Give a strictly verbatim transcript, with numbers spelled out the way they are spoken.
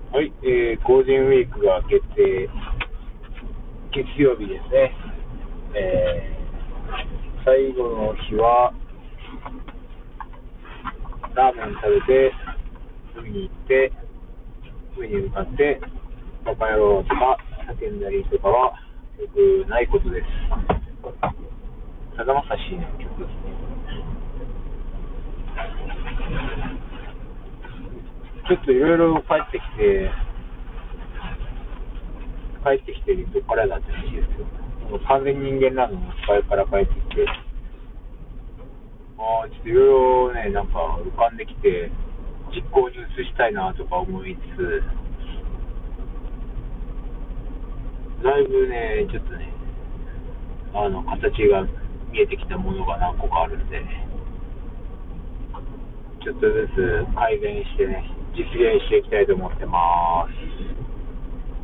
はい、えー、ゴールデンウィークが決定、月曜日ですね。えー、最後の日は、ラーメン食べて、海に行って、海に向かって、バカ野郎とか叫んだりとかは、よくないことです。さだまさしの曲ですね。ちょっといろいろ帰ってきて、帰ってきてるとこからだったらしいですよ。もう完全に人間なのも使いから帰ってきて、ああ、ちょっといろいろね、なんか浮かんできて、実行に移したいなとか思いつつ、だいぶね、ちょっとね、あの、形が見えてきたものが何個かあるんで、ちょっとずつ改善してね、実現していきたいと思ってます。